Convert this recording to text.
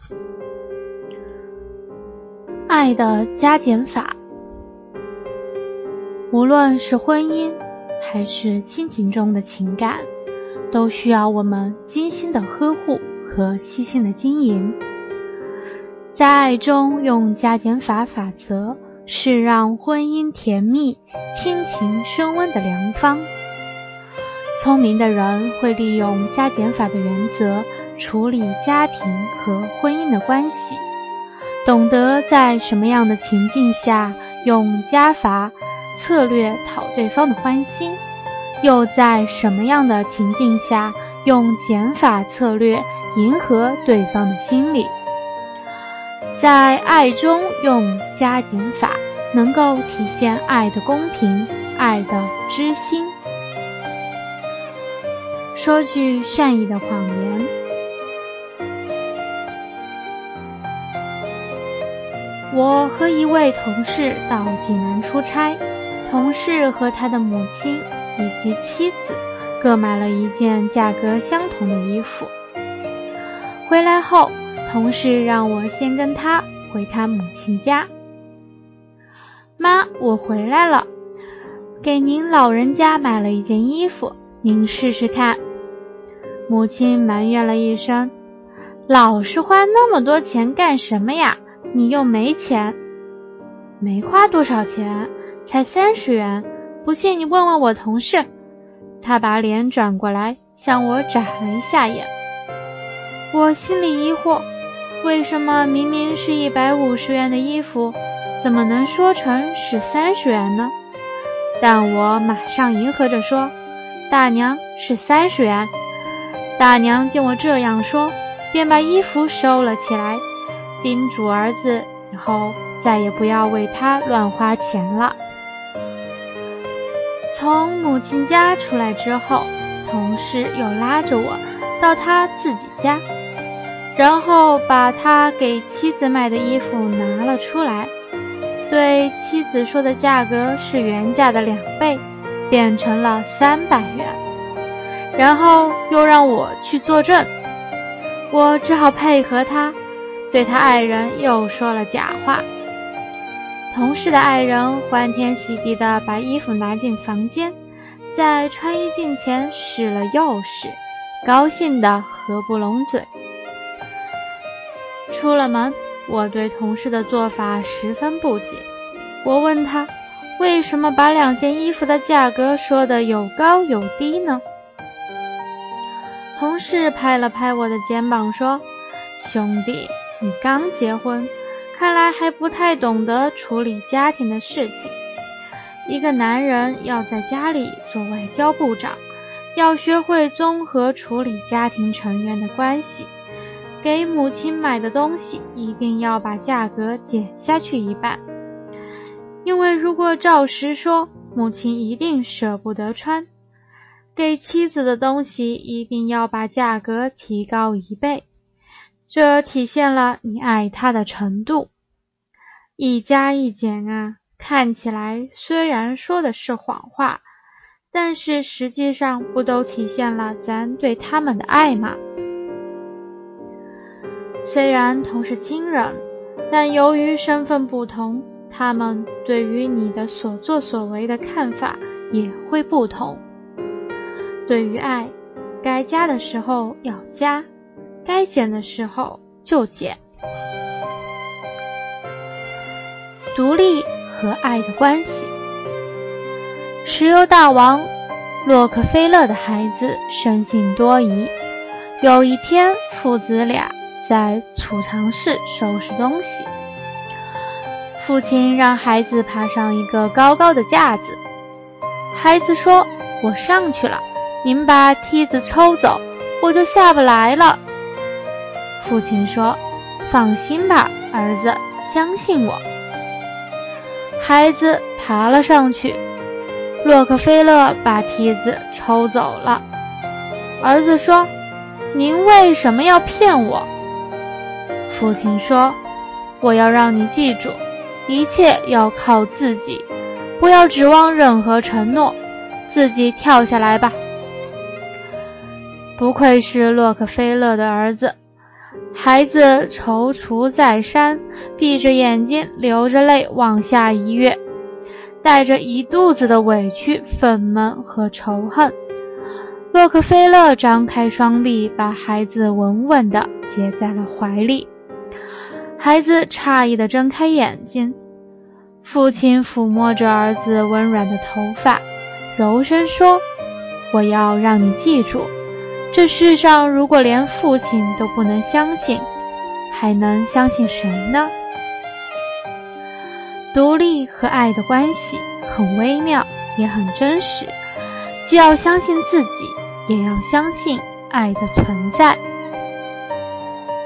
爱的加减法。无论是婚姻还是亲情中的情感，都需要我们精心的呵护和细心的经营。在爱中用加减法法则，是让婚姻甜蜜、亲情升温的良方。聪明的人会利用加减法的原则处理家庭和婚姻的关系，懂得在什么样的情境下用加法策略讨对方的欢心，又在什么样的情境下用减法策略迎合对方的心理。在爱中用加减法，能够体现爱的公平，爱的知心。说句善意的谎言。我和一位同事到济南出差，同事和他的母亲以及妻子各买了一件价格相同的衣服。回来后，同事让我先跟他回他母亲家。妈，我回来了，给您老人家买了一件衣服，您试试看。母亲埋怨了一声，老是花那么多钱干什么呀？你又没钱。没花多少钱，才30元，不信你问问我同事。他把脸转过来向我眨了一下眼。我心里疑惑，为什么明明是150元的衣服，怎么能说成是30元呢？但我马上迎合着说，大娘，是30元。大娘见我这样说，便把衣服收了起来，叮嘱儿子以后再也不要为他乱花钱了。从母亲家出来之后，同事又拉着我到他自己家，然后把他给妻子买的衣服拿了出来，对妻子说的价格是原价的2倍，变成了300元，然后又让我去作证。我只好配合他，对他爱人又说了假话。同事的爱人欢天喜地地把衣服拿进房间，在穿衣镜前试了又试，高兴得合不拢嘴。出了门，我对同事的做法十分不解。我问他，为什么把2件衣服的价格说得有高有低呢？同事拍了拍我的肩膀说，兄弟，你刚结婚，看来还不太懂得处理家庭的事情。一个男人要在家里做外交部长，要学会综合处理家庭成员的关系。给母亲买的东西一定要把价格减下去一半，因为如果照实说，母亲一定舍不得穿。给妻子的东西一定要把价格提高1倍，这体现了你爱她的程度。一加一减啊，看起来虽然说的是谎话，但是实际上不都体现了咱对他们的爱吗？虽然同是亲人，但由于身份不同，他们对于你的所作所为的看法也会不同。对于爱，该加的时候要加，该减的时候就减。独立和爱的关系。石油大王洛克菲勒的孩子生性多疑，有一天父子俩在储藏室收拾东西，父亲让孩子爬上一个高高的架子，孩子说，我上去了，您把梯子抽走，我就下不来了。父亲说，放心吧，儿子，相信我。孩子爬了上去，洛克菲勒把梯子抽走了。儿子说，您为什么要骗我？父亲说，我要让你记住，一切要靠自己，不要指望任何承诺，自己跳下来吧。不愧是洛克菲勒的儿子， 孩子踌躇再三，闭着眼睛流着泪往下一跃，带着一肚子的委屈、愤懑和仇恨。洛克菲勒张开双臂，把孩子稳稳地接在了怀里。孩子诧异地睁开眼睛，父亲抚摸着儿子温软的头发，柔声说：“我要让你记住，这世上如果连父亲都不能相信，还能相信谁呢？”独立和爱的关系很微妙，也很真实，既要相信自己，也要相信爱的存在。